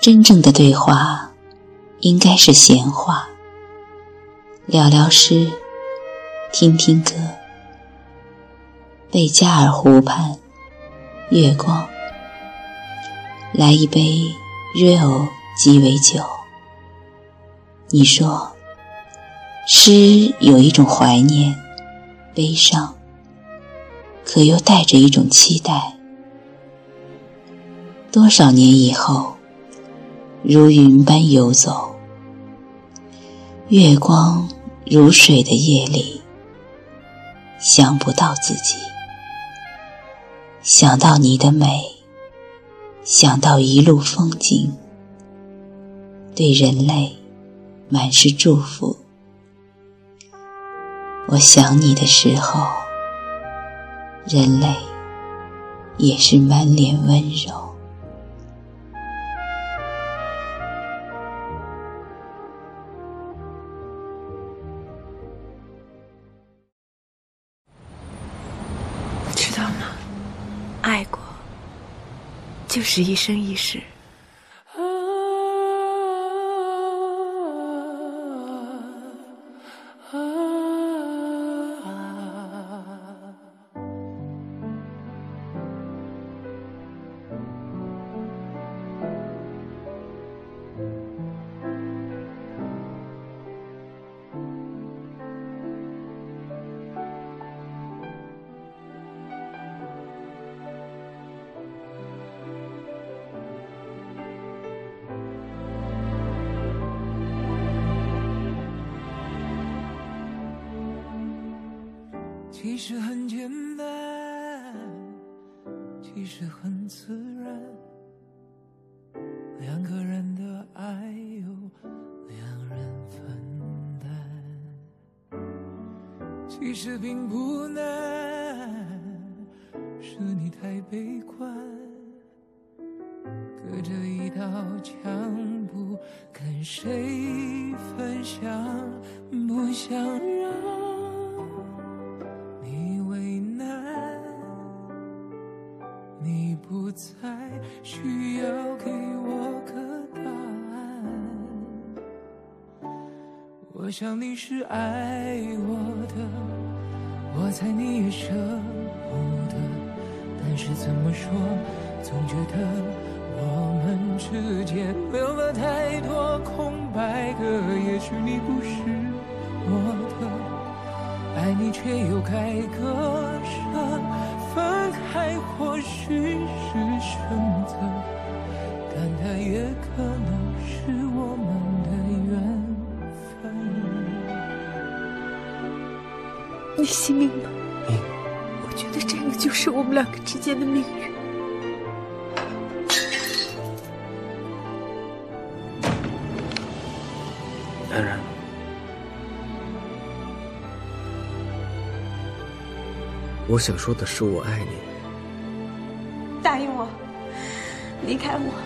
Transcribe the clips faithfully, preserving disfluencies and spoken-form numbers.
真正的对话应该是闲话，聊聊诗，听听歌。贝加尔湖畔，月光，来一杯 Rio 鸡尾酒。你说诗有一种怀念，悲伤，可又带着一种期待。多少年以后，如云般游走，月光如水的夜里，想不到自己，想到你的美，想到一路风景，对人类满是祝福。我想你的时候，人类也是满脸温柔。 知道吗？爱过就是一生一世。 其实很简单，其实很自然，两个人的爱由两人分担。其实并不难，是你太悲观，隔着一道墙不跟谁分享，不想让不再需要给我个答案。我想你是爱我的，我猜你也舍不得，但是怎么说，总觉得我们之间留了太多空白格。也许你不是我的，爱你却又该割舍，分开或许是选择，但它也可能是我们的缘分。 你信命吗？ 嗯， 我觉得这个就是我们两个之间的命运。 安然， 我想说的是我爱你。 答应我，离开我。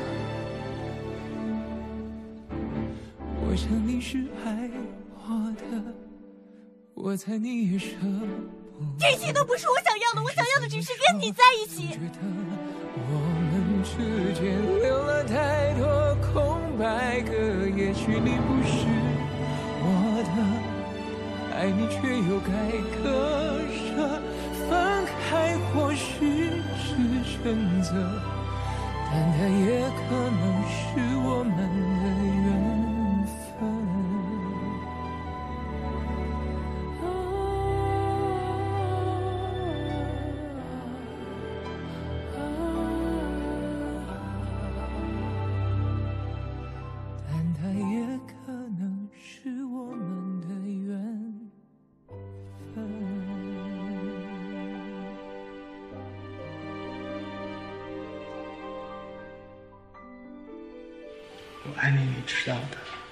我想你是爱我的，我猜你也舍不得， 这些都不是我想要的，我想要的只是跟你在一起。 觉得我们之间留了太多空白格。也许你不是我的，爱你却又该割舍，分开或许是选择，但它也可能是我们的缘分。但它也可能是我们的缘分。 我爱你，你知道的。